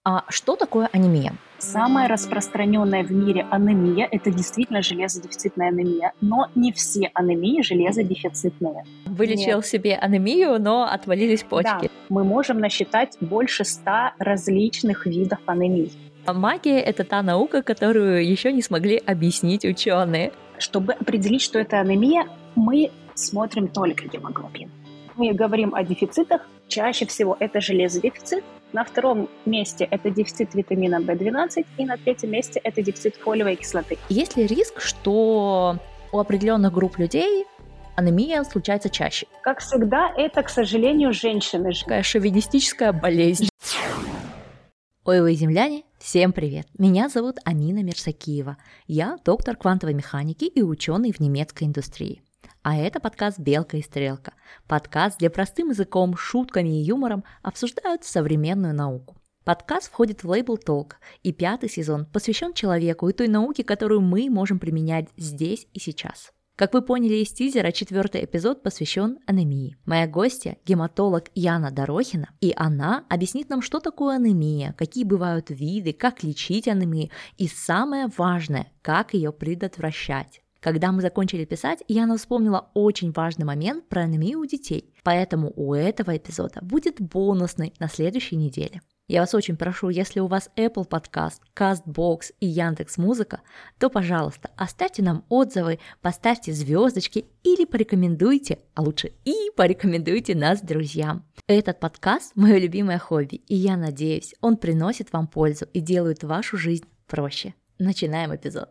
А что такое анемия? Самая распространенная в мире анемия – это действительно железодефицитная анемия, но не все анемии железодефицитные. Вылечил Нет. себе анемию, но отвалились почки. Да, мы можем насчитать больше 100 различных видов анемий. А магия – это та наука, которую еще не смогли объяснить ученые. Чтобы определить, что это анемия, мы смотрим только гемоглобин. Мы говорим о дефицитах, чаще всего это железодефицит, на втором месте это дефицит витамина В12, и на третьем месте это дефицит фолиевой кислоты. Есть ли риск, что у определенных групп людей анемия случается чаще? Как всегда, это, к сожалению, женщины. Такая шовинистическая болезнь. Ой, вы земляне, всем привет! Меня зовут Амина Мерсакиева. Я доктор квантовой механики и ученый в немецкой индустрии. А это подкаст «Белка и стрелка». Подкаст, где простым языком, шутками и юмором обсуждают современную науку. Подкаст входит в лейбл Talk, и 5-й сезон посвящен человеку и той науке, которую мы можем применять здесь и сейчас. Как вы поняли из тизера, 4-й эпизод посвящен анемии. Моя гостья – гематолог Яна Дорохина, и она объяснит нам, что такое анемия, какие бывают виды, как лечить анемию и, самое важное, как ее предотвращать. Когда мы закончили писать, Яна вспомнила очень важный момент про анемию у детей, поэтому у этого эпизода будет бонусный на следующей неделе. Я вас очень прошу, если у вас Apple Podcast, CastBox и Яндекс.Музыка, то, пожалуйста, оставьте нам отзывы, поставьте звездочки или порекомендуйте, а лучше и порекомендуйте нас друзьям. Этот подкаст – мое любимое хобби, и я надеюсь, он приносит вам пользу и делает вашу жизнь проще. Начинаем эпизод.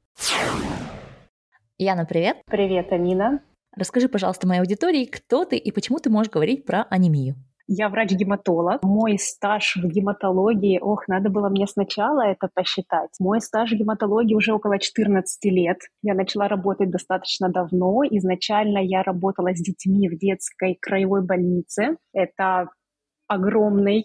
Яна, привет. Привет, Амина. Расскажи, пожалуйста, моей аудитории, кто ты и почему ты можешь говорить про анемию. Я врач-гематолог. Мой стаж в гематологии, надо было мне сначала это посчитать. Мой стаж в гематологии уже около 14 лет. Я начала работать достаточно давно. Изначально я работала с детьми в детской краевой больнице. Это огромное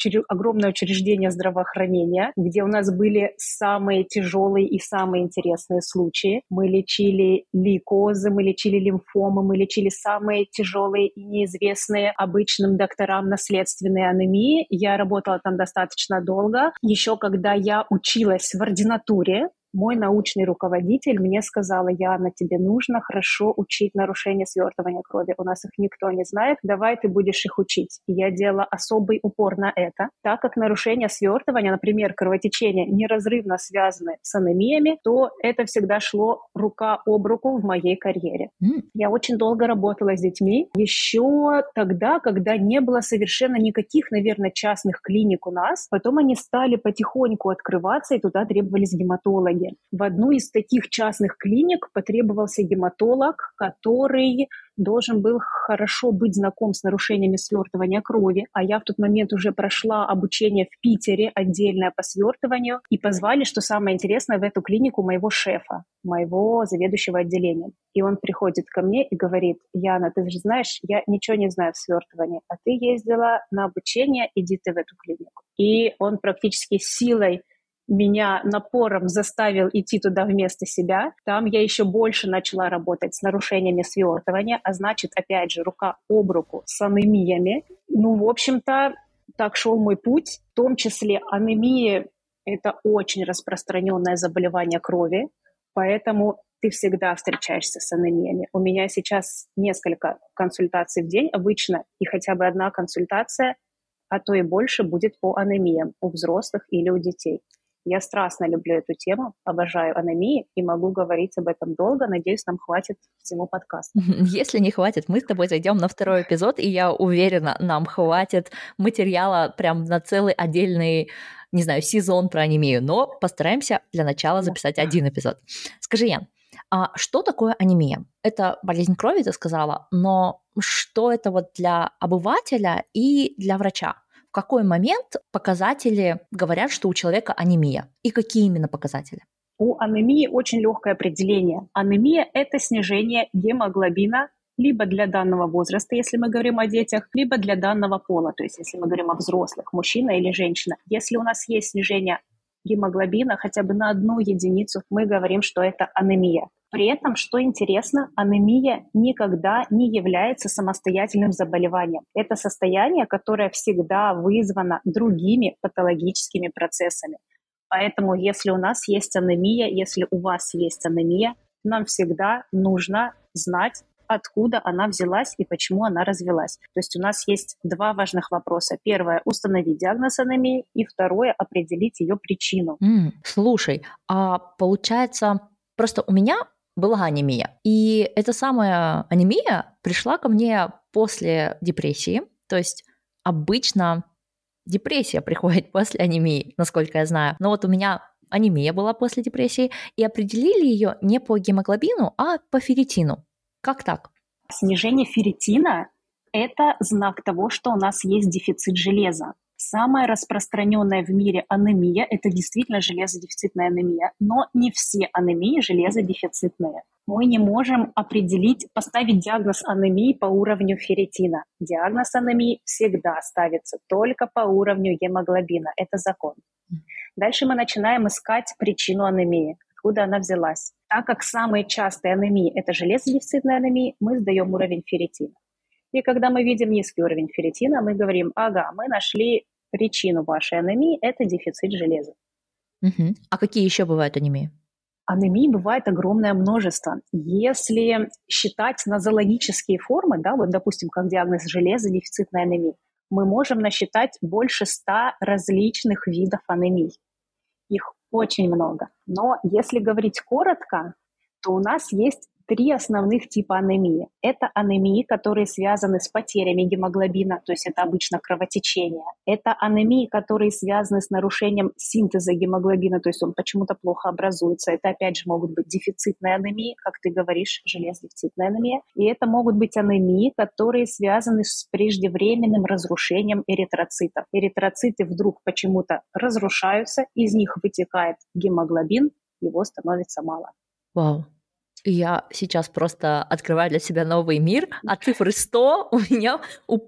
учреждение здравоохранения, где у нас были самые тяжелые и самые интересные случаи. Мы лечили лейкозы, мы лечили лимфомы, мы лечили самые тяжелые и неизвестные обычным докторам наследственные анемии. Я работала там достаточно долго. Еще когда я училась в ординатуре, мой научный руководитель мне сказала: Яна, тебе нужно хорошо учить нарушения свертывания крови. У нас их никто не знает, давай ты будешь их учить. И я делала особый упор на это. Так как нарушения свертывания, например, кровотечения, неразрывно связаны с анемиями, то это всегда шло рука об руку в моей карьере. Я очень долго работала с детьми. Еще тогда, когда не было совершенно никаких, наверное, частных клиник у нас, потом они стали потихоньку открываться, и туда требовались гематологи. В одну из таких частных клиник потребовался гематолог, который должен был хорошо быть знаком с нарушениями свертывания крови. А я в тот момент уже прошла обучение в Питере, отдельное по свертыванию, и позвали, что самое интересное, в эту клинику моего шефа, моего заведующего отделением. И он приходит ко мне и говорит: Яна, ты же знаешь, я ничего не знаю в свертывании, а ты ездила на обучение, иди ты в эту клинику. И он практически силой меня напором заставил идти туда вместо себя. Там я еще больше начала работать с нарушениями свертывания, а значит, опять же, рука об руку с анемиями. В общем-то, так шел мой путь. В том числе анемия – это очень распространенное заболевание крови, поэтому ты всегда встречаешься с анемиями. У меня сейчас несколько консультаций в день обычно, и хотя бы одна консультация, а то и больше, будет по анемиям у взрослых или у детей. Я страстно люблю эту тему, обожаю анемии и могу говорить об этом долго. Надеюсь, нам хватит всему подкаста. Если не хватит, мы с тобой зайдем на второй эпизод, и я уверена, нам хватит материала прям на целый отдельный, не знаю, сезон про анемию, но постараемся для начала записать один эпизод. Скажи, Ян, а что такое анемия? Это болезнь крови, ты сказала, но что это вот для обывателя и для врача? В какой момент показатели говорят, что у человека анемия? И какие именно показатели? У анемии очень легкое определение. Анемия – это снижение гемоглобина либо для данного возраста, если мы говорим о детях, либо для данного пола, то есть если мы говорим о взрослых, мужчина или женщина. Если у нас есть снижение гемоглобина хотя бы на 1 единицу, мы говорим, что это анемия. При этом, что интересно, анемия никогда не является самостоятельным заболеванием. Это состояние, которое всегда вызвано другими патологическими процессами. Поэтому, если у нас есть анемия, если у вас есть анемия, нам всегда нужно знать, откуда она взялась и почему она развилась. То есть у нас есть два важных вопроса. Первое – установить диагноз анемии, и второе – определить ее причину. Слушай, а получается, просто у меня была анемия, и эта самая анемия пришла ко мне после депрессии, то есть обычно депрессия приходит после анемии, насколько я знаю. Но вот у меня анемия была после депрессии, и определили ее не по гемоглобину, а по ферритину. Как так? Снижение ферритина – это знак того, что у нас есть дефицит железа. Самая распространенная в мире анемия – это действительно железодефицитная анемия, но не все анемии железодефицитные. Мы не можем поставить диагноз анемии по уровню ферритина. Диагноз анемии всегда ставится только по уровню гемоглобина. Это закон. Дальше мы начинаем искать причину анемии, откуда она взялась. Так как самые частые анемии – это железодефицитная анемия, мы сдаем уровень ферритина. И когда мы видим низкий уровень ферритина, мы говорим: ага, мы нашли причину вашей анемии – это дефицит железа. А какие еще бывают анемии? Анемий бывает огромное множество. Если считать нозологические формы, да, вот, допустим, как диагноз железодефицитной анемии, мы можем насчитать больше 100 различных видов анемий. Их очень много. Но если говорить коротко, то у нас есть 3 основных типа анемии. Это анемии, которые связаны с потерями гемоглобина, то есть это обычно кровотечение. Это анемии, которые связаны с нарушением синтеза гемоглобина, то есть он почему-то плохо образуется. Это опять же могут быть дефицитные анемии, как ты говоришь, железодефицитная анемия. И это могут быть анемии, которые связаны с преждевременным разрушением эритроцитов. Эритроциты вдруг почему-то разрушаются, из них вытекает гемоглобин, его становится мало. Вау. Я сейчас просто открываю для себя новый мир. От цифры 100 у меня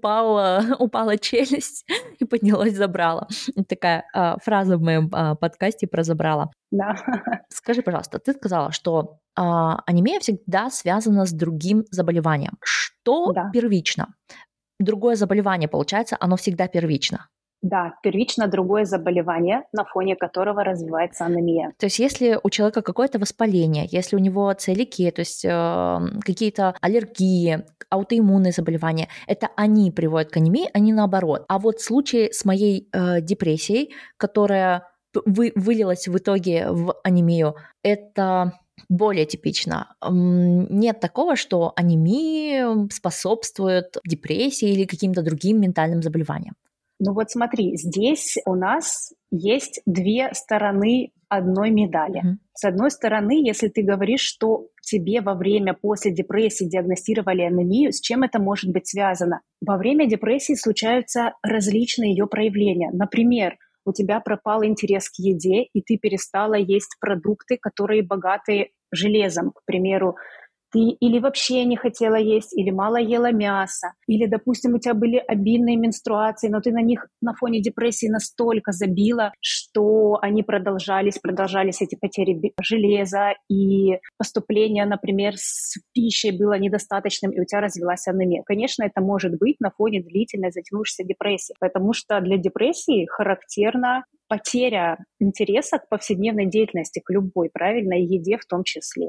упала челюсть и поднялась забрала. Такая фраза в моем подкасте про забрала. Да. Скажи, пожалуйста, ты сказала, что анемия всегда связана с другим заболеванием. Что первично? Другое заболевание, получается, оно всегда первично. Да, первично другое заболевание, на фоне которого развивается анемия. То есть если у человека какое-то воспаление, если у него целикия, то есть какие-то аллергии, аутоиммунные заболевания, это они приводят к анемии, а не наоборот. А вот в случае с моей депрессией, которая вылилась в итоге в анемию, это более типично. Нет такого, что анемия способствует депрессии или каким-то другим ментальным заболеваниям. Ну вот смотри, здесь у нас есть 2 стороны одной медали. С одной стороны, если ты говоришь, что тебе во время, после депрессии диагностировали анемию, с чем это может быть связано? Во время депрессии случаются различные ее проявления. Например, у тебя пропал интерес к еде, и ты перестала есть продукты, которые богаты железом. К примеру, ты или вообще не хотела есть, или мало ела мяса, или, допустим, у тебя были обильные менструации, но ты на них на фоне депрессии настолько забила, что они продолжались эти потери железа, и поступление, например, с пищей было недостаточным, и у тебя развилась анемия. Конечно, это может быть на фоне длительной затянувшейся депрессии, потому что для депрессии характерна потеря интереса к повседневной деятельности, к любой правильной еде в том числе.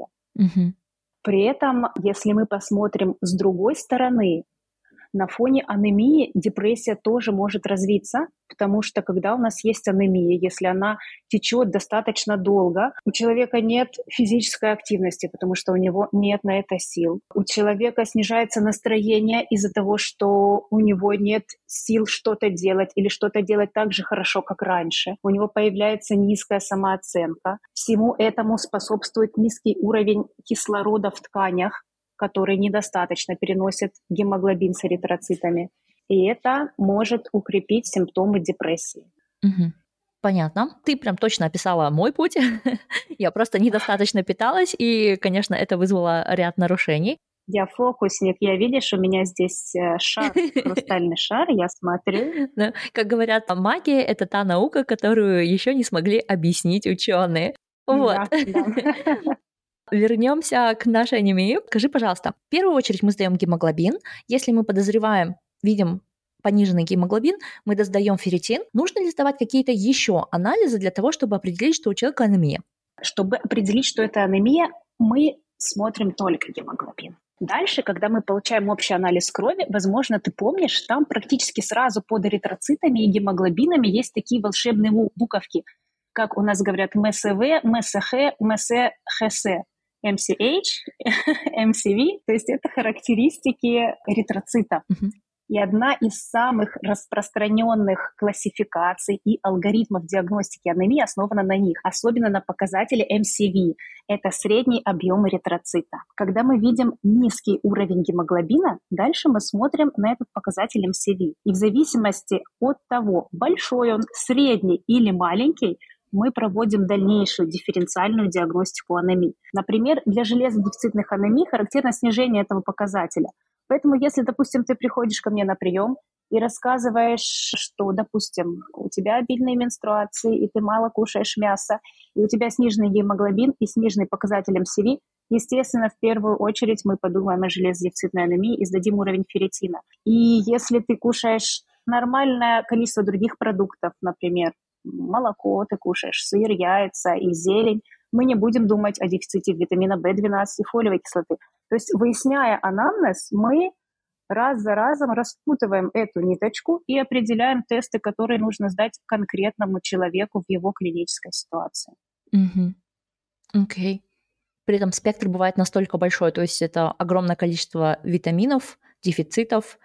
При этом, если мы посмотрим с другой стороны, на фоне анемии депрессия тоже может развиться, потому что когда у нас есть анемия, если она течет достаточно долго, у человека нет физической активности, потому что у него нет на это сил. У человека снижается настроение из-за того, что у него нет сил что-то делать или что-то делать так же хорошо, как раньше. У него появляется низкая самооценка. Всему этому способствует низкий уровень кислорода в тканях, которые недостаточно переносят гемоглобин с эритроцитами. И это может укрепить симптомы депрессии. Понятно. Ты прям точно описала мой путь. Я просто недостаточно питалась, и, конечно, это вызвало ряд нарушений. Я фокусник, видишь, у меня здесь шар, хрустальный шар, я смотрю. Как говорят, магия – это та наука, которую еще не смогли объяснить ученые. Вот. Да. Вернемся к нашей анемии. Скажи, пожалуйста, в первую очередь мы сдаем гемоглобин. Если мы подозреваем, видим пониженный гемоглобин, мы сдаем ферритин. Нужно ли сдавать какие-то еще анализы для того, чтобы определить, что у человека анемия? Чтобы определить, что это анемия, мы смотрим только гемоглобин. Дальше, когда мы получаем общий анализ крови, возможно, ты помнишь, там практически сразу под эритроцитами и гемоглобинами есть такие волшебные буковки, как у нас говорят МСВ, МСХ, МСХС, МСH, МСВ, то есть это характеристики эритроцита. И одна из самых распространенных классификаций и алгоритмов диагностики анемии основана на них, особенно на показателе MCV. Это средний объем эритроцита. Когда мы видим низкий уровень гемоглобина, дальше мы смотрим на этот показатель MCV. И в зависимости от того, большой он, средний или маленький, мы проводим дальнейшую дифференциальную диагностику анемии. Например, для железодефицитных анемий характерно снижение этого показателя. Поэтому, если, допустим, ты приходишь ко мне на прием и рассказываешь, что, допустим, у тебя обильные менструации, и ты мало кушаешь мясо, и у тебя сниженный гемоглобин и сниженный показатель МСВ, естественно, в первую очередь мы подумаем о железодефицитной анемии и сдадим уровень ферритина. И если ты кушаешь нормальное количество других продуктов, например, молоко ты кушаешь, сыр, яйца и зелень, мы не будем думать о дефиците витамина В12 и фолиевой кислоты. То есть, выясняя анамнез, мы раз за разом распутываем эту ниточку и определяем тесты, которые нужно сдать конкретному человеку в его клинической ситуации. Окей. При этом спектр бывает настолько большой, то есть это огромное количество витаминов, дефицитов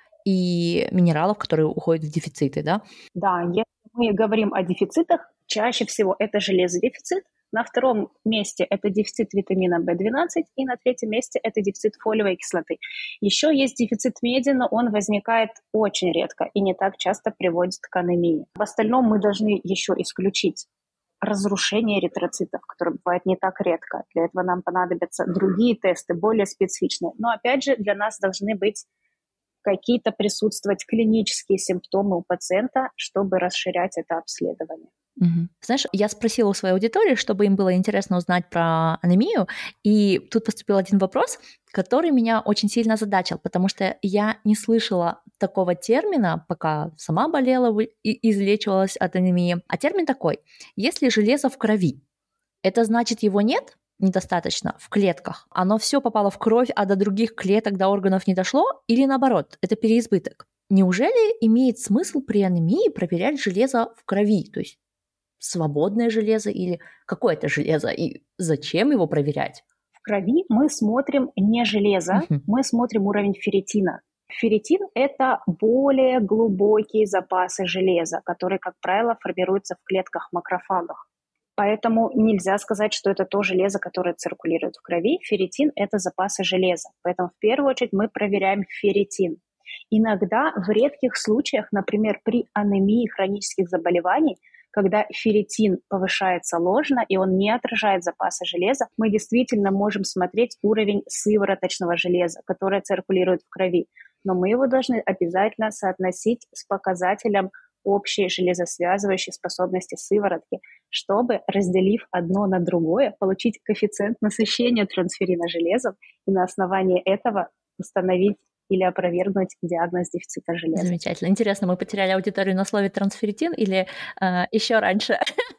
и минералов, которые уходят в дефициты, да? Да, если мы говорим о дефицитах, чаще всего это железодефицит, на втором месте это дефицит витамина В12, и на третьем месте это дефицит фолиевой кислоты. Еще есть дефицит меди, но он возникает очень редко и не так часто приводит к анемии. В остальном мы должны еще исключить разрушение эритроцитов, которое бывает не так редко. Для этого нам понадобятся другие тесты, более специфичные. Но опять же, для нас должны быть какие-то присутствовать клинические симптомы у пациента, чтобы расширять это обследование. Знаешь, я спросила у своей аудитории, чтобы им было интересно узнать про анемию, и тут поступил один вопрос, который меня очень сильно озадачил, потому что я не слышала такого термина, пока сама болела и излечивалась от анемии. А термин такой: если железо в крови, это значит его нет? Недостаточно в клетках, оно все попало в кровь, а до других клеток, до органов не дошло, или наоборот, это переизбыток? Неужели имеет смысл при анемии проверять железо в крови, то есть свободное железо или какое-то железо, и зачем его проверять? В крови мы смотрим не железо, мы смотрим уровень ферритина. Ферритин – это более глубокие запасы железа, которые, как правило, формируются в клетках-макрофагах. Поэтому нельзя сказать, что это то железо, которое циркулирует в крови. Ферритин – это запасы железа. Поэтому в первую очередь мы проверяем ферритин. Иногда в редких случаях, например, при анемии хронических заболеваний, когда ферритин повышается ложно и он не отражает запасы железа, мы действительно можем смотреть уровень сывороточного железа, которое циркулирует в крови. Но мы его должны обязательно соотносить с показателем общей железосвязывающей способности сыворотки, чтобы, разделив одно на другое, получить коэффициент насыщения трансферина железом и на основании этого установить или опровергнуть диагноз дефицита железа. Замечательно. Интересно, мы потеряли аудиторию на слове трансферритин или еще раньше?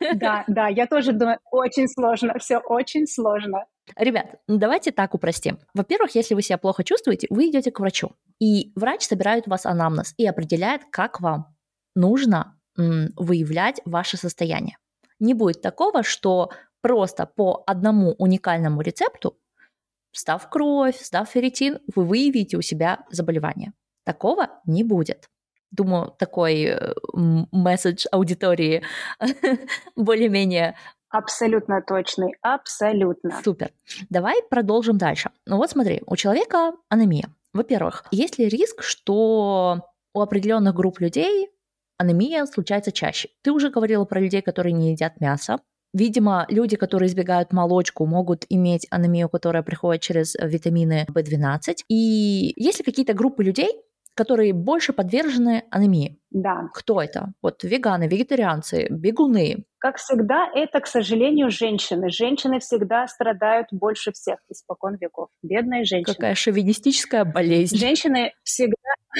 Да, я тоже думаю, очень сложно, все очень сложно. Ребят, давайте так упростим. Во-первых, если вы себя плохо чувствуете, вы идете к врачу, и врач собирает у вас анамнез и определяет, как вам нужно выявлять ваше состояние. Не будет такого, что просто по одному уникальному рецепту, сдав кровь, сдав ферритин, вы выявите у себя заболевание. Такого не будет. Думаю, такой месседж аудитории более-менее... Абсолютно точный, абсолютно. Супер. Давай продолжим дальше. Ну вот смотри, у человека анемия. Во-первых, есть ли риск, что у определенных групп людей анемия случается чаще? Ты уже говорила про людей, которые не едят мясо. Видимо, люди, которые избегают молочку, могут иметь анемию, которая приходит через витамины В12. И есть ли какие-то группы людей, которые больше подвержены анемии. Да. Кто это? Вот веганы, вегетарианцы, бегуны. Как всегда, это, к сожалению, женщины. Женщины всегда страдают больше всех испокон веков. Бедные женщины. Какая шовинистическая болезнь. Женщины всегда...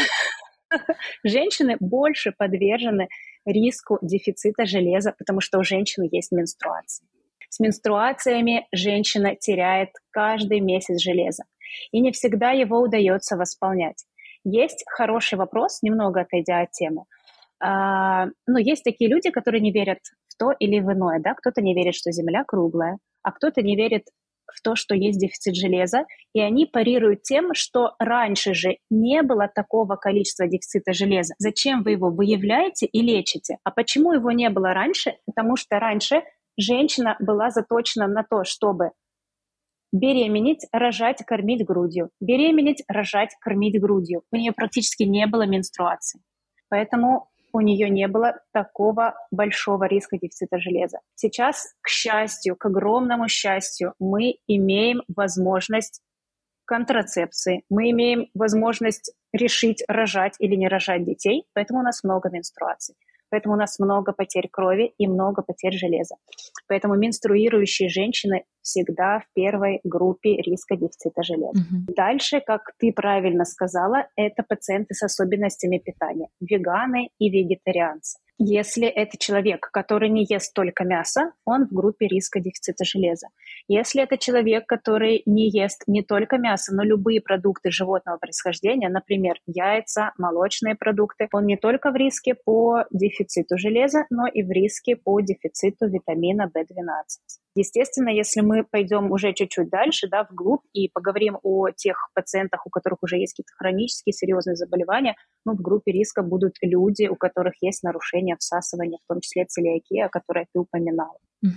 Женщины больше подвержены риску дефицита железа, потому что у женщин есть менструации. С менструациями женщина теряет каждый месяц железа, и не всегда его удается восполнять. Есть хороший вопрос, немного отойдя от темы. Есть такие люди, которые не верят в то или в иное. Да? Кто-то не верит, что Земля круглая, а кто-то не верит в то, что есть дефицит железа, и они парируют тем, что раньше же не было такого количества дефицита железа. Зачем вы его выявляете и лечите? А почему его не было раньше? Потому что раньше женщина была заточена на то, чтобы беременеть, рожать, кормить грудью. Беременеть, рожать, кормить грудью. У нее практически не было менструации. Поэтому у нее не было такого большого риска дефицита железа. Сейчас, к счастью, к огромному счастью, мы имеем возможность контрацепции, мы имеем возможность решить, рожать или не рожать детей, поэтому у нас много менструаций. Поэтому у нас много потерь крови и много потерь железа. Поэтому менструирующие женщины всегда в первой группе риска дефицита железа. Дальше, как ты правильно сказала, это пациенты с особенностями питания, веганы и вегетарианцы. Если это человек, который не ест только мясо, он в группе риска дефицита железа. Если это человек, который не ест не только мясо, но любые продукты животного происхождения, например, яйца, молочные продукты, он не только в риске по дефициту железа, но и в риске по дефициту витамина В12. Естественно, если мы пойдем уже чуть-чуть дальше, вглубь, и поговорим о тех пациентах, у которых уже есть какие-то хронические серьезные заболевания, в группе риска будут люди, у которых есть нарушение всасывания, в том числе целиакия, о которой ты упоминала.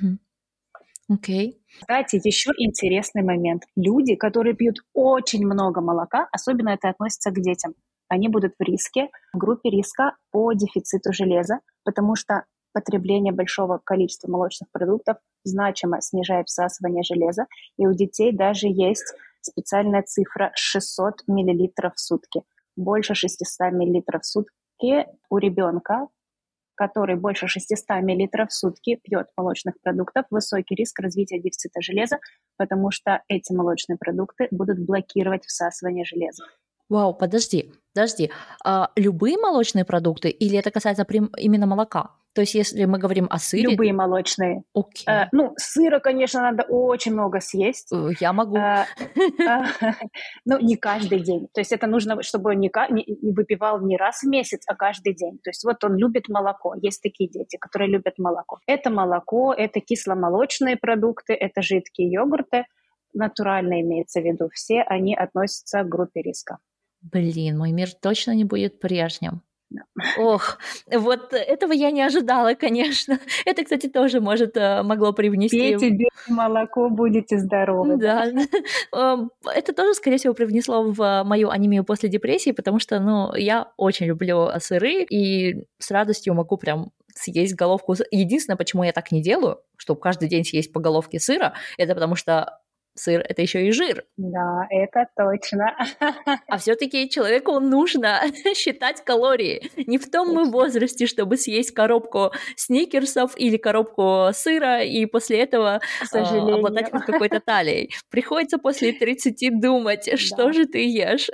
Окей. Кстати, еще интересный момент. Люди, которые пьют очень много молока, особенно это относится к детям, они будут в группе риска по дефициту железа, потому что потребление большого количества молочных продуктов значимо снижает всасывание железа, и у детей даже есть специальная цифра 600 мл в сутки. Больше 600 мл в сутки у ребенка, который больше 600 мл в сутки пьет молочных продуктов, высокий риск развития дефицита железа, потому что эти молочные продукты будут блокировать всасывание железа. Вау, подожди. Любые молочные продукты или это касается именно молока? То есть если мы говорим о сыре... Любые молочные. Окей. Сыра, конечно, надо очень много съесть. Я могу. Не каждый день. То есть это нужно, чтобы он не выпивал не раз в месяц, а каждый день. То есть вот он любит молоко. Есть такие дети, которые любят молоко. Это молоко, это кисломолочные продукты, это жидкие йогурты. Натурально имеется в виду. Все они относятся к группе риска. Блин, мой мир точно не будет прежним. Ох, вот этого я не ожидала, конечно. Это, кстати, тоже могло привнести... Пейте молоко, будете здоровы. Да, это тоже, скорее всего, привнесло в мою анемию после депрессии, потому что, я очень люблю сыры и с радостью могу прям съесть головку. Единственное, почему я так не делаю, чтобы каждый день съесть по головке сыра, это потому что сыр – это еще и жир. Да, это точно. А все-таки человеку нужно считать калории. Не в том мы возрасте, чтобы съесть коробку сникерсов или коробку сыра и после этого обладать хоть какой-то талией. Приходится после 30 думать, что же ты ешь.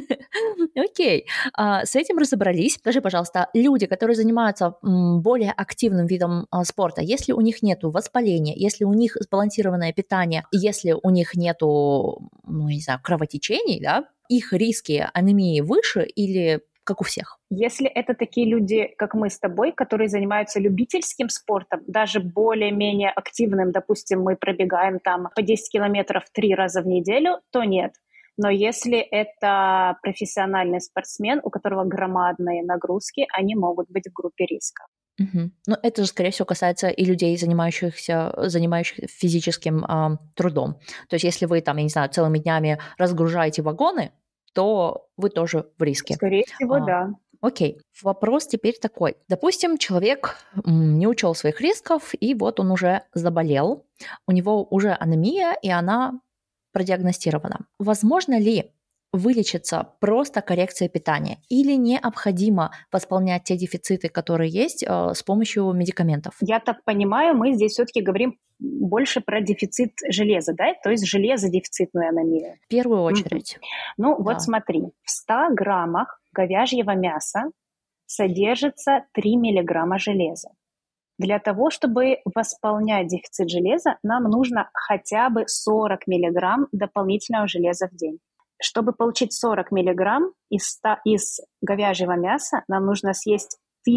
Окей, с этим разобрались. Скажи, пожалуйста, люди, которые занимаются более активным видом спорта, если у них нет воспаления, если у них сбалансированное питание, если у них нету, кровотечений, их риски анемии выше или как у всех? Если это такие люди, как мы с тобой, которые занимаются любительским спортом, даже более-менее активным, допустим, мы пробегаем там по 10 километров 3 раза в неделю, то нет. Но если это профессиональный спортсмен, у которого громадные нагрузки, они могут быть в группе риска. Но это же, скорее всего, касается и людей, занимающихся физическим трудом. То есть если вы целыми днями разгружаете вагоны, то вы тоже в риске. Скорее всего, да. Окей. Вопрос теперь такой. Допустим, человек не учел своих рисков, и вот он уже заболел, у него уже анемия, и она продиагностирована. Возможно ли вылечиться просто коррекцией питания или необходимо восполнять те дефициты, которые есть, с помощью медикаментов? Я так понимаю, мы здесь все-таки говорим больше про дефицит железа, да? То есть железодефицитную анемию. В первую очередь. Ну, Да. вот смотри, в 100 граммах говяжьего мяса содержится 3 миллиграмма железа. Для того, чтобы восполнять дефицит железа, нам нужно хотя бы 40 миллиграмм дополнительного железа в день. Чтобы получить 40 миллиграмм из говяжьего мяса, нам нужно съесть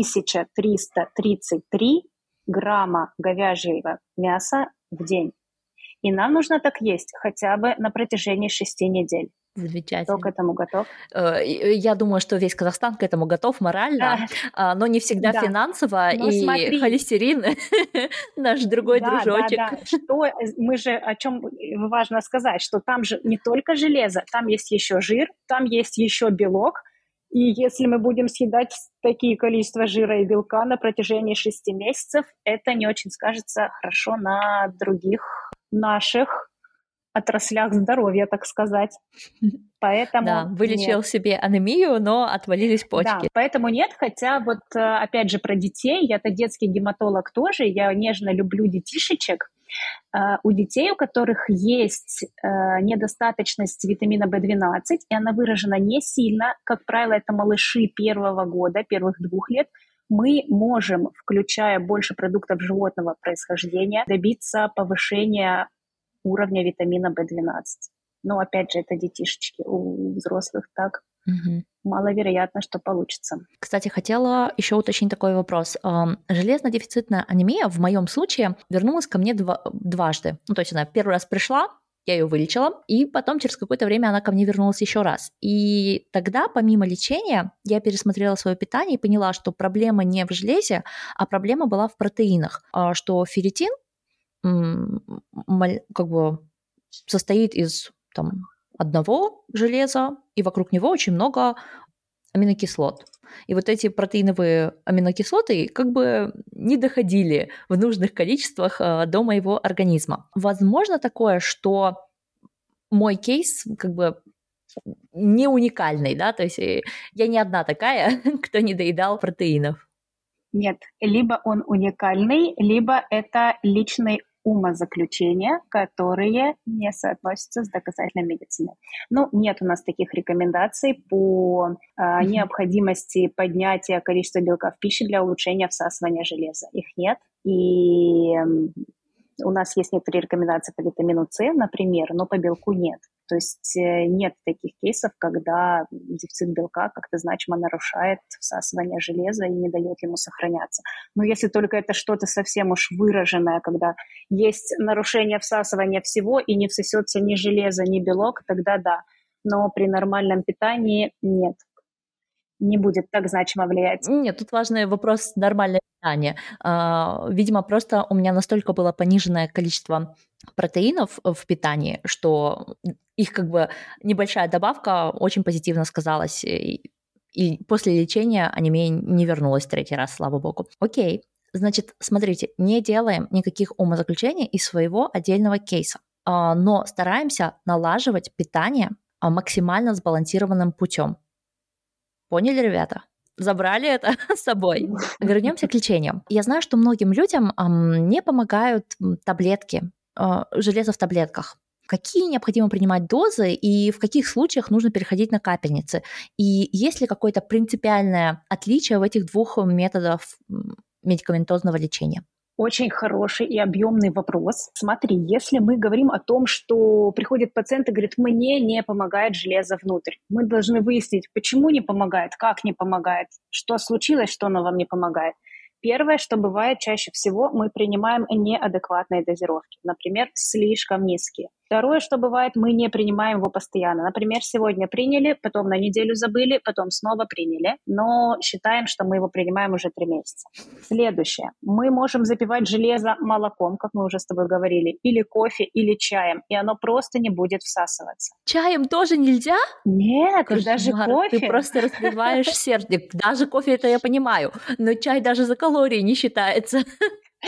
1333 грамма говяжьего мяса в день. И нам нужно так есть хотя бы на протяжении 6 недель. Замечательно. Кто к этому готов? Я думаю, что весь Казахстан к этому готов морально, но не всегда финансово, но и смотри. Холестерин наш другой дружочек. Да. Мы же о чем важно сказать, что там же не только железо, там есть еще жир, там есть еще белок, и если мы будем съедать такие количества жира и белка на протяжении 6 месяцев, это не очень скажется хорошо на других наших отраслях здоровья, так сказать. Поэтому да, вылечил себе анемию, но отвалились почки. Да, поэтому нет, хотя вот опять же про детей, я-то детский гематолог тоже, я нежно люблю детишечек. У детей, у которых есть недостаточность витамина В12, и она выражена не сильно, как правило, это малыши первого года, первых 2 лет, мы можем, включая больше продуктов животного происхождения, добиться повышения уровня витамина В12. Но, опять же, это детишечки. У взрослых так маловероятно, что получится. Кстати, хотела еще уточнить такой вопрос. Железно-дефицитная анемия в моем случае вернулась ко мне дважды. Ну, то есть она первый раз пришла, я ее вылечила, и потом через какое-то время она ко мне вернулась еще раз. И тогда, помимо лечения, я пересмотрела свое питание и поняла, что проблема не в железе, а проблема была в протеинах. Что ферритин как бы состоит из одного железа, и вокруг него очень много аминокислот. И вот эти протеиновые аминокислоты как бы не доходили в нужных количествах до моего организма. Возможно такое, что мой кейс как бы не уникальный, да, то есть я не одна такая, кто не доедал протеинов. Нет, либо он уникальный, либо это личный умозаключения, которые не соотносятся с доказательной медициной. Ну, нет у нас таких рекомендаций по необходимости поднятия количества белка в пище для улучшения всасывания железа. Их нет. И у нас есть некоторые рекомендации по витамину С, например, но по белку нет. То есть нет таких кейсов, когда дефицит белка как-то значимо нарушает всасывание железа и не дает ему сохраняться. Но если только это что-то совсем уж выраженное, когда есть нарушение всасывания всего и не всосется ни железо, ни белок, тогда да. Но при нормальном питании нет. Не будет так значимо влиять. Нет, тут важный вопрос нормального питания. Видимо, просто у меня настолько было пониженное количество протеинов в питании, что их как бы небольшая добавка очень позитивно сказалась. И после лечения анемия не вернулась 3-й раз, слава богу. Окей, значит, смотрите, не делаем никаких умозаключений из своего отдельного кейса, но стараемся налаживать питание максимально сбалансированным путем. Поняли, ребята? Забрали это с собой. Вернемся к лечению. Я знаю, что многим людям не помогают таблетки, железо в таблетках. Какие необходимо принимать дозы и в каких случаях нужно переходить на капельницы? И есть ли какое-то принципиальное отличие в этих 2 методах медикаментозного лечения? Очень хороший и объемный вопрос. Смотри, если мы говорим о том, что приходит пациент и говорит, мне не помогает железо внутрь, мы должны выяснить, почему не помогает, как не помогает, что случилось, что оно вам не помогает. Первое, что бывает чаще всего, мы принимаем неадекватные дозировки, например, слишком низкие. Второе, что бывает, мы не принимаем его постоянно. Например, сегодня приняли, потом на неделю забыли, потом снова приняли, но считаем, что мы его принимаем уже 3 месяца. Следующее. Мы можем запивать железо молоком, как мы уже с тобой говорили, или кофе, или чаем, и оно просто не будет всасываться. Чаем тоже нельзя? Нет, даже кофе. Ты просто разбиваешь сердце. Даже кофе это я понимаю, но чай даже за калории не считается.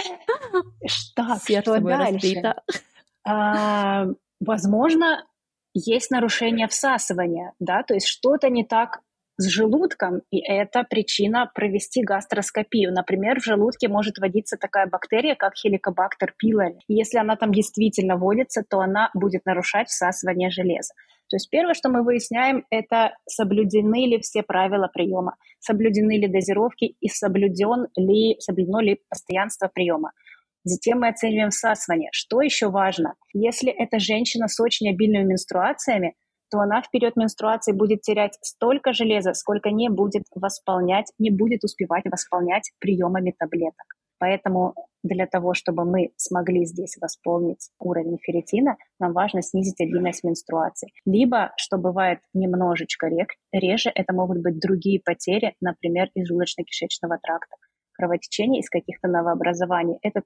Так, что дальше? Возможно, есть нарушение всасывания, да, то есть что-то не так с желудком, и это причина провести гастроскопию. Например, в желудке может водиться такая бактерия, как Helicobacter pylori. И если она там действительно водится, то она будет нарушать всасывание железа. То есть первое, что мы выясняем, это соблюдены ли все правила приема, соблюдены ли дозировки и соблюдено ли постоянство приема. Затем мы оцениваем всасывание. Что еще важно? Если это женщина с очень обильными менструациями, то она в период менструации будет терять столько железа, сколько не будет успевать восполнять приемами таблеток. Поэтому для того, чтобы мы смогли здесь восполнить уровень ферритина, нам важно снизить обильность менструаций. Либо, что бывает немножечко реже, это могут быть другие потери, например, из желудочно-кишечного тракта, кровотечение из каких-то новообразований. Это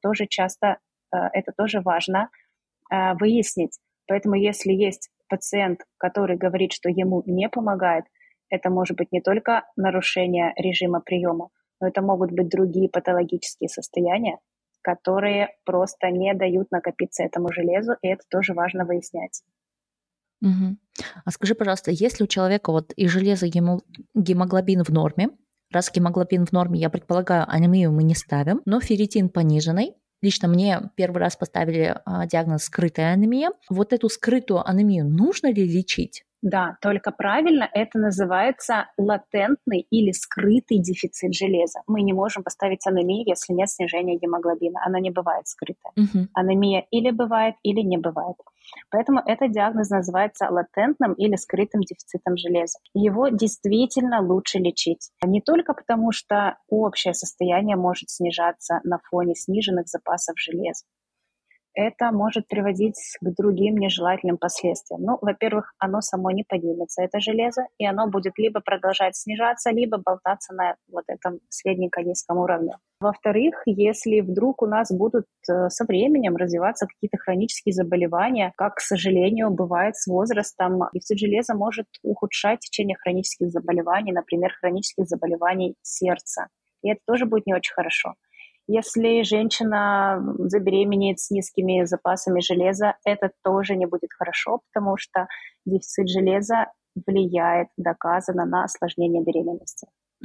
тоже важно выяснить. Поэтому если есть пациент, который говорит, что ему не помогает, это может быть не только нарушение режима приема, но это могут быть другие патологические состояния, которые просто не дают накопиться этому железу, и это тоже важно выяснять. Мгм. А скажи, пожалуйста, если у человека вот и железо, гемоглобин в норме, раз гемоглобин в норме, я предполагаю, анемию мы не ставим, но ферритин пониженный, лично мне первый раз поставили диагноз скрытая анемия. Вот эту скрытую анемию нужно ли лечить? Да, только правильно это называется латентный или скрытый дефицит железа. Мы не можем поставить анемию, если нет снижения гемоглобина. Она не бывает скрытая. Анемия или бывает, или не бывает. Поэтому этот диагноз называется латентным или скрытым дефицитом железа. Его действительно лучше лечить. Не только потому, что общее состояние может снижаться на фоне сниженных запасов железа. Это может приводить к другим нежелательным последствиям. Ну, во-первых, оно само не поднимется, это железо, и оно будет либо продолжать снижаться, либо болтаться на вот этом средненько-низком уровне. Во-вторых, если вдруг у нас будут со временем развиваться какие-то хронические заболевания, как, к сожалению, бывает с возрастом, дефицит железа может ухудшать течение хронических заболеваний, например, хронических заболеваний сердца. И это тоже будет не очень хорошо. Если женщина забеременеет с низкими запасами железа, это тоже не будет хорошо, потому что дефицит железа влияет доказанно на осложнение беременности.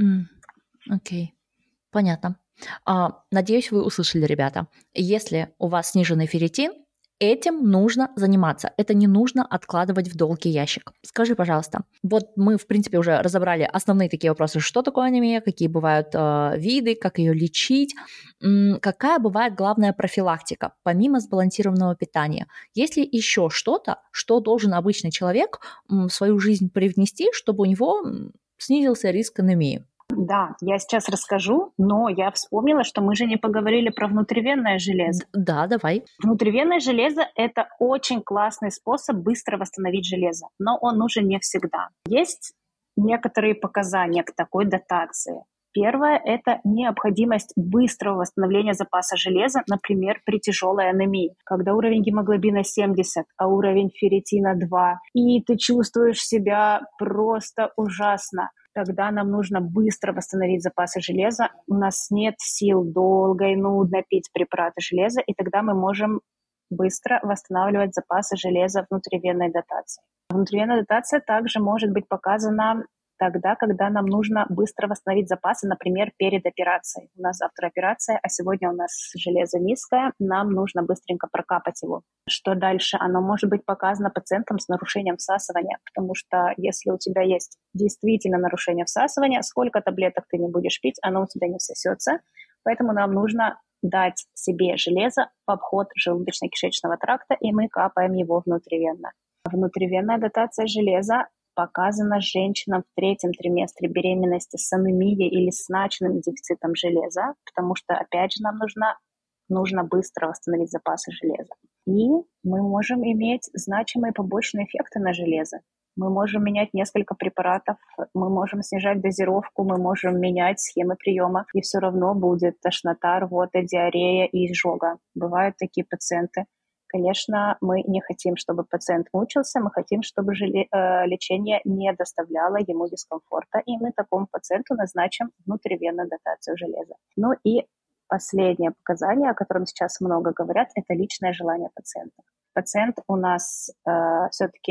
Окей, понятно. Надеюсь, вы услышали, ребята. Если у вас сниженный ферритин, этим нужно заниматься. Это не нужно откладывать в долгий ящик. Скажи, пожалуйста, вот мы, в принципе, уже разобрали основные такие вопросы. Что такое анемия, какие бывают виды, как ее лечить, какая бывает главная профилактика, помимо сбалансированного питания. Есть ли еще что-то, что должен обычный человек в свою жизнь привнести, чтобы у него снизился риск анемии? Да, я сейчас расскажу, но я вспомнила, что мы же не поговорили про внутривенное железо. Да, давай. Внутривенное железо – это очень классный способ быстро восстановить железо, но он нужен не всегда. Есть некоторые показания к такой дотации. Первое – это необходимость быстрого восстановления запаса железа, например, при тяжелой анемии, когда уровень гемоглобина 70, а уровень ферритина 2, и ты чувствуешь себя просто ужасно. Тогда нам нужно быстро восстановить запасы железа. У нас нет сил долго и нудно пить препараты железа, и тогда мы можем быстро восстанавливать запасы железа внутривенной дотации. Внутривенная дотация также может быть показана тогда, когда нам нужно быстро восстановить запасы, например, перед операцией. У нас завтра операция, а сегодня у нас железо низкое, нам нужно быстренько прокапать его. Что дальше? Оно может быть показано пациентам с нарушением всасывания, потому что если у тебя есть действительно нарушение всасывания, сколько таблеток ты не будешь пить, оно у тебя не всосется. Поэтому нам нужно дать себе железо в обход желудочно-кишечного тракта, и мы капаем его внутривенно. Внутривенная дотация железа показана женщинам в 3-м триместре беременности с анемией или с начальным дефицитом железа, потому что, опять же, нам нужно быстро восстановить запасы железа. И мы можем иметь значимые побочные эффекты на железо. Мы можем менять несколько препаратов, мы можем снижать дозировку, мы можем менять схемы приема, и все равно будет тошнота, рвота, диарея и изжога. Бывают такие пациенты. Конечно, мы не хотим, чтобы пациент мучился, мы хотим, чтобы лечение не доставляло ему дискомфорта, и мы такому пациенту назначим внутривенную дотацию железа. Ну и последнее показание, о котором сейчас много говорят, это личное желание пациента. Пациент у нас все-таки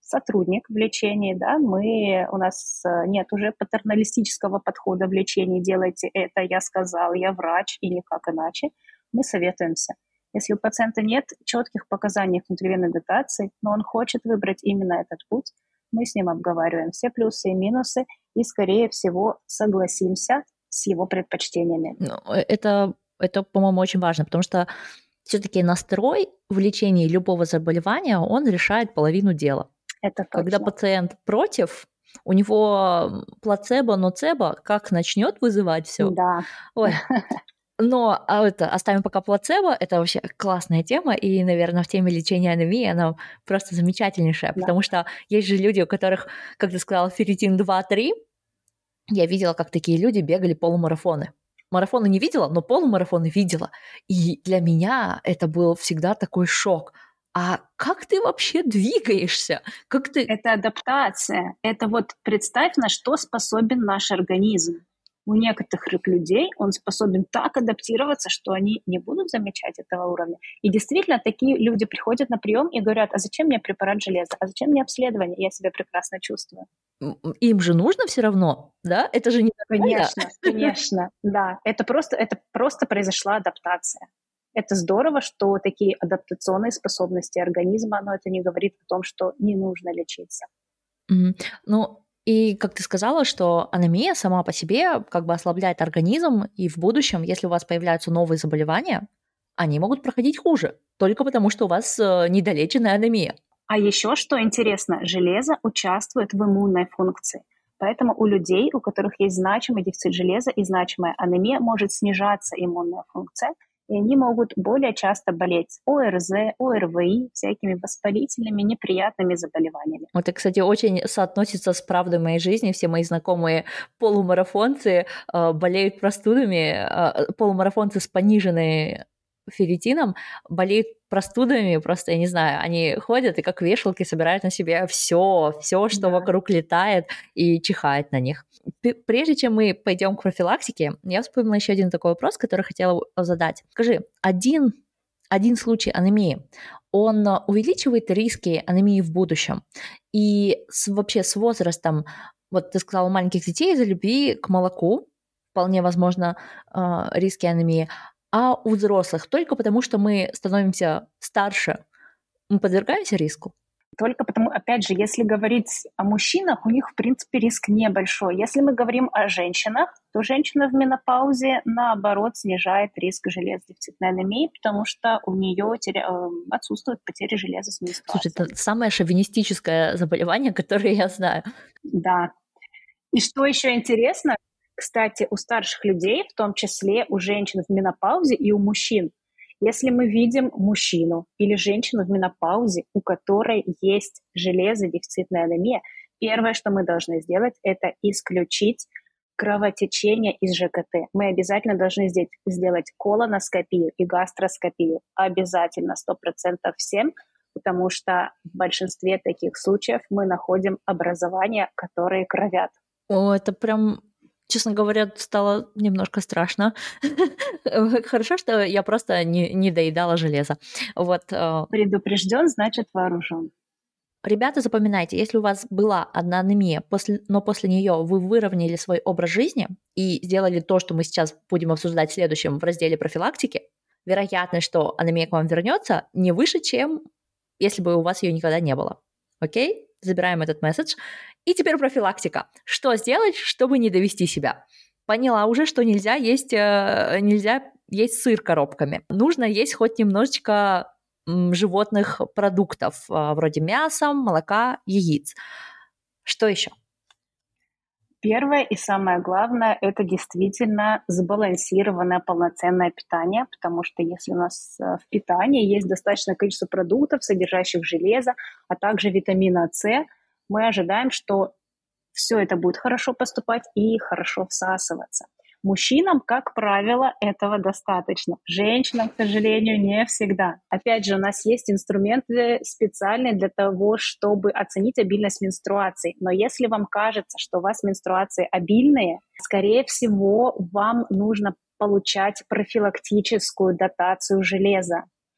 сотрудник в лечении, да, у нас нет уже патерналистического подхода в лечении, делайте это, я сказал, я врач и никак иначе. Мы советуемся. Если у пациента нет четких показаний внутривенной дотации, но он хочет выбрать именно этот путь, мы с ним обговариваем все плюсы и минусы и, скорее всего, согласимся с его предпочтениями. Это, по-моему, очень важно, потому что все-таки настрой в лечении любого заболевания, он решает половину дела. Это точно. Когда пациент против, у него плацебо, ноцебо, как начнет вызывать все. Да. Ой. Но оставим пока плацебо, это вообще классная тема, и, наверное, в теме лечения анемии она просто замечательнейшая, потому что есть же люди, у которых, как ты сказала, ферритин 2-3, я видела, как такие люди бегали полумарафоны. Марафоны не видела, но полумарафоны видела. И для меня это был всегда такой шок. А как ты вообще двигаешься? Это адаптация. Это вот представь, на что способен наш организм. У некоторых людей он способен так адаптироваться, что они не будут замечать этого уровня. И действительно, такие люди приходят на прием и говорят, а зачем мне препарат железа? А зачем мне обследование? Я себя прекрасно чувствую. Им же нужно все равно, да? Это же не нормально. Конечно, да. Это просто произошла адаптация. Это здорово, что такие адаптационные способности организма, но это не говорит о том, что не нужно лечиться. Ну, и как ты сказала, что анемия сама по себе как бы ослабляет организм, и в будущем, если у вас появляются новые заболевания, они могут проходить хуже, только потому что у вас недолеченная анемия. А еще что интересно, железо участвует в иммунной функции. Поэтому у людей, у которых есть значимый дефицит железа и значимая анемия, может снижаться иммунная функция, и они могут более часто болеть ОРЗ, ОРВИ, всякими воспалительными, неприятными заболеваниями. Это, кстати, очень соотносится с правдой моей жизни. Все мои знакомые полумарафонцы болеют простудами, полумарафонцы с пониженной ферритином болеют простудами, просто, я не знаю, они ходят и как вешалки собирают на себе все, что вокруг летает, и чихают на них. Прежде чем мы пойдем к профилактике, я вспомнила еще один такой вопрос, который хотела задать. Скажи, один случай анемии, он увеличивает риски анемии в будущем? И вообще с возрастом, вот ты сказала, у маленьких детей из-за любви к молоку вполне возможно риски анемии, а у взрослых только потому, что мы становимся старше, мы подвергаемся риску? Только потому, опять же, если говорить о мужчинах, у них, в принципе, риск небольшой. Если мы говорим о женщинах, то женщина в менопаузе, наоборот, снижает риск железодефицитной анемии, потому что у нее отсутствует потеря железа с менструацией. Слушай, это самое шовинистическое заболевание, которое я знаю. Да. И что еще интересно, кстати, у старших людей, в том числе у женщин в менопаузе и у мужчин, если мы видим мужчину или женщину в менопаузе, у которой есть железодефицитная анемия, первое, что мы должны сделать, это исключить кровотечение из ЖКТ. Мы обязательно должны сделать колоноскопию и гастроскопию. Обязательно, 100% всем, потому что в большинстве таких случаев мы находим образования, которые кровят. О, это прям... Честно говоря, стало немножко страшно. Хорошо, что я просто не доедала железо. Вот. Предупрежден, значит вооружен. Ребята, запоминайте, если у вас была одна анемия, но после нее вы выровняли свой образ жизни и сделали то, что мы сейчас будем обсуждать в следующем в разделе профилактики, вероятность, что анемия к вам вернется, не выше, чем если бы у вас ее никогда не было. Окей? Забираем этот месседж. И теперь профилактика. Что сделать, чтобы не довести себя? Поняла уже, что нельзя есть сыр коробками. Нужно есть хоть немножечко животных продуктов, вроде мяса, молока, яиц. Что еще? Первое и самое главное – это действительно сбалансированное полноценное питание, потому что если у нас в питании есть достаточное количество продуктов, содержащих железо, а также витамина С, мы ожидаем, что все это будет хорошо поступать и хорошо всасываться. Мужчинам, как правило, этого достаточно. Женщинам, к сожалению, не всегда. Опять же, у нас есть инструменты специальные для того, чтобы оценить обильность менструаций. Но если вам кажется, что у вас менструации обильные, скорее всего, вам нужно получать профилактическую дотацию железа.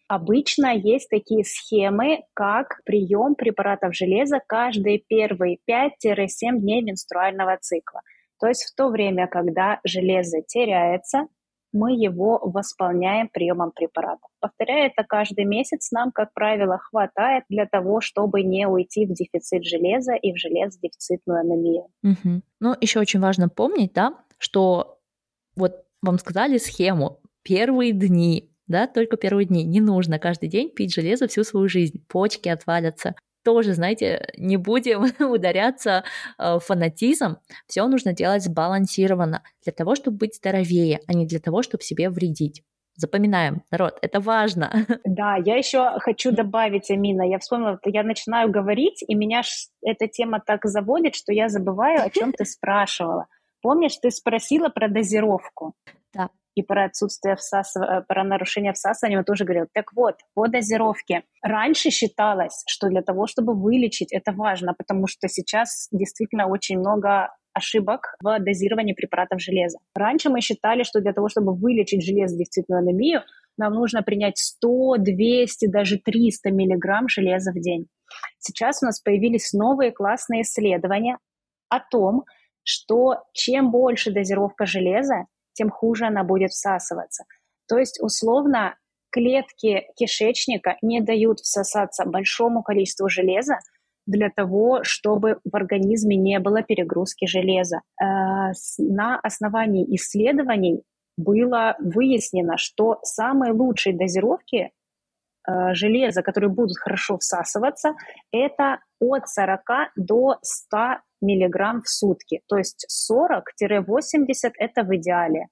Обычно есть такие схемы, как прием препаратов железа каждые первые 5-7 дней менструального цикла. То есть в то время, когда железо теряется, мы его восполняем приемом препаратов. Повторяя это каждый месяц, нам, как правило, хватает для того, чтобы не уйти в дефицит железа и в железодефицитную анемию. Угу. Ну, еще очень важно помнить, да, что вот вам сказали схему первые дни, да, только первые дни. Не нужно каждый день пить железо всю свою жизнь. Почки отвалятся. Тоже, знаете, не будем ударяться в фанатизм. Все нужно делать сбалансированно для того, чтобы быть здоровее, а не для того, чтобы себе вредить. Запоминаем, народ, это важно. Да, я еще хочу добавить, Амина, я вспомнила, я начинаю говорить, и меня эта тема так заводит, что я забываю, о чем ты спрашивала. Помнишь, ты спросила про дозировку? Да. И про отсутствие про нарушение всасывания мы тоже говорил. Так вот, по дозировке. Раньше считалось, что для того, чтобы вылечить, это важно, потому что сейчас действительно очень много ошибок в дозировании препаратов железа. Раньше мы считали, что для того, чтобы вылечить железодефицитную анемию, нам нужно принять 100, 200, даже 300 миллиграмм железа в день. Сейчас у нас появились новые классные исследования о том, что чем больше дозировка железа, тем хуже она будет всасываться. То есть, условно, клетки кишечника не дают всосаться большому количеству железа для того, чтобы в организме не было перегрузки железа. На основании исследований было выяснено, что самые лучшие дозировки железа, которые будут хорошо всасываться, это от 40 до 100 миллиграмм в сутки. То есть 40-80 это в идеале.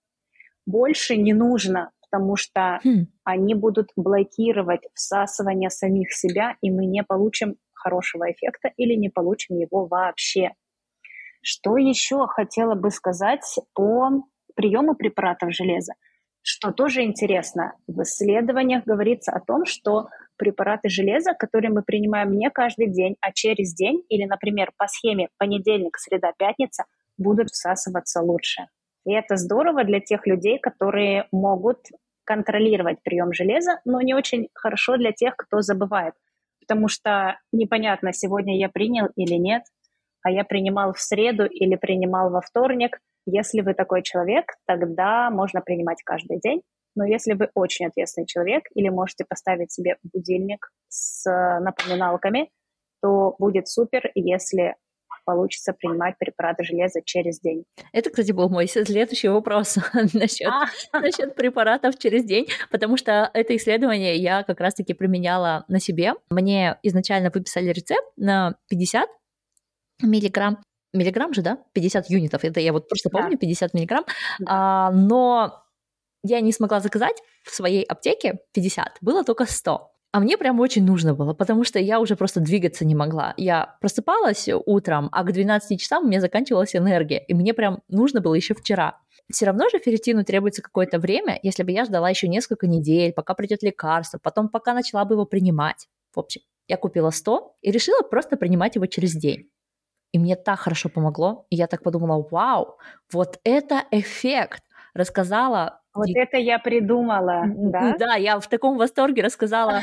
Больше не нужно, потому что они будут блокировать всасывание самих себя, и мы не получим хорошего эффекта или не получим его вообще. Что еще хотела бы сказать по приему препаратов железа? Что тоже интересно, в исследованиях говорится о том, что препараты железа, которые мы принимаем не каждый день, а через день, или, например, по схеме понедельник, среда, пятница, будут всасываться лучше. И это здорово для тех людей, которые могут контролировать прием железа, но не очень хорошо для тех, кто забывает. Потому что непонятно, сегодня я принял или нет, а я принимал в среду или принимал во вторник. Если вы такой человек, тогда можно принимать каждый день. Но если вы очень ответственный человек или можете поставить себе будильник с напоминалками, то будет супер, если получится принимать препараты железа через день. Это, кстати, был мой следующий вопрос насчет препаратов через день, потому что это исследование я как раз-таки применяла на себе. Мне изначально выписали рецепт на 50 миллиграмм. Миллиграмм же, да? 50 юнитов. Это я вот просто помню, 50 миллиграмм. Да. Но я не смогла заказать в своей аптеке 50. Было только 100. А мне прям очень нужно было, потому что я уже просто двигаться не могла. Я просыпалась утром, а к 12 часам у меня заканчивалась энергия. И мне прям нужно было еще вчера. Все равно же ферритину требуется какое-то время, если бы я ждала еще несколько недель, пока придет лекарство, потом пока начала бы его принимать. В общем, я купила 100 и решила просто принимать его через день. И мне так хорошо помогло. И я так подумала, вау, вот это эффект. Рассказала... Вот это я придумала, да? Да, я в таком восторге рассказала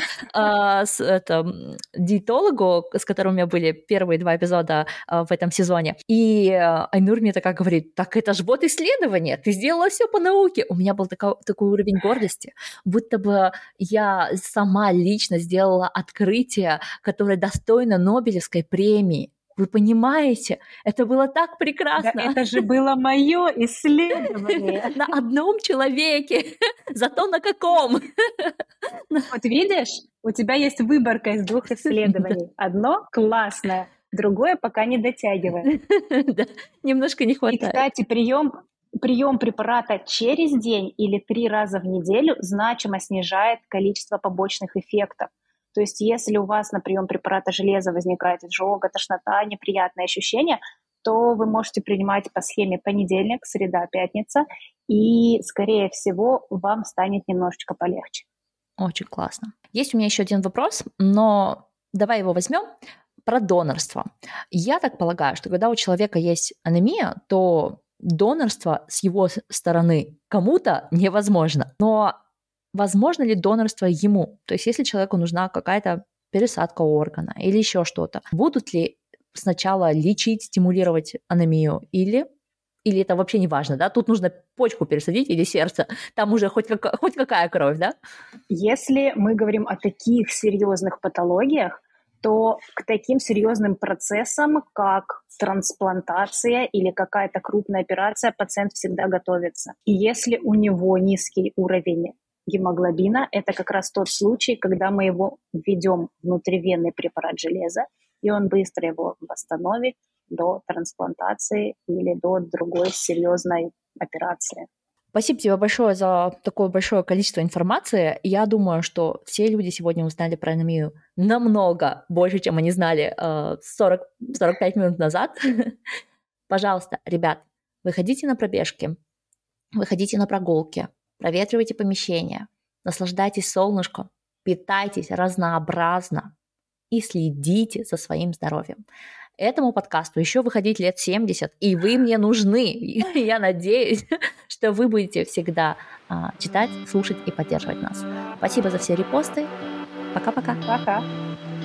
диетологу, с которым у меня были первые 2 эпизода в этом сезоне. И Айнур мне такая говорит, так это ж вот исследование, ты сделала все по науке. У меня был такой уровень гордости, будто бы я сама лично сделала открытие, которое достойно Нобелевской премии. Вы понимаете? Это было так прекрасно. Да, это же было мое исследование. На одном человеке. Зато на каком? Вот видишь, у тебя есть выборка из 2 исследований. Одно классное, другое пока не дотягивает. Да, немножко не хватает. И, кстати, прием препарата через день или 3 раза в неделю значимо снижает количество побочных эффектов. То есть если у вас на прием препарата железа возникает изжога, тошнота, неприятные ощущения, то вы можете принимать по схеме понедельник, среда, пятница, и, скорее всего, вам станет немножечко полегче. Очень классно. Есть у меня еще один вопрос, но давай его возьмем. Про донорство. Я так полагаю, что когда у человека есть анемия, то донорство с его стороны кому-то невозможно. Но возможно ли донорство ему? То есть если человеку нужна какая-то пересадка органа или еще что-то, будут ли сначала лечить, стимулировать анемию или это вообще не важно, да? Тут нужно почку пересадить или сердце, там уже хоть какая кровь, да? Если мы говорим о таких серьезных патологиях, то к таким серьезным процессам, как трансплантация или какая-то крупная операция, пациент всегда готовится. И если у него низкий уровень гемоглобина, это как раз тот случай, когда мы его введем внутривенный препарат железа, и он быстро его восстановит до трансплантации или до другой серьезной операции. Спасибо тебе большое за такое большое количество информации. Я думаю, что все люди сегодня узнали про анемию намного больше, чем они знали 40-45 минут назад. Пожалуйста, ребят, выходите на пробежки, выходите на прогулки, проветривайте помещение, наслаждайтесь солнышком, питайтесь разнообразно и следите за своим здоровьем. Этому подкасту еще выходить лет 70, и вы мне нужны. Я надеюсь, что вы будете всегда читать, слушать и поддерживать нас. Спасибо за все репосты. Пока-пока. Пока.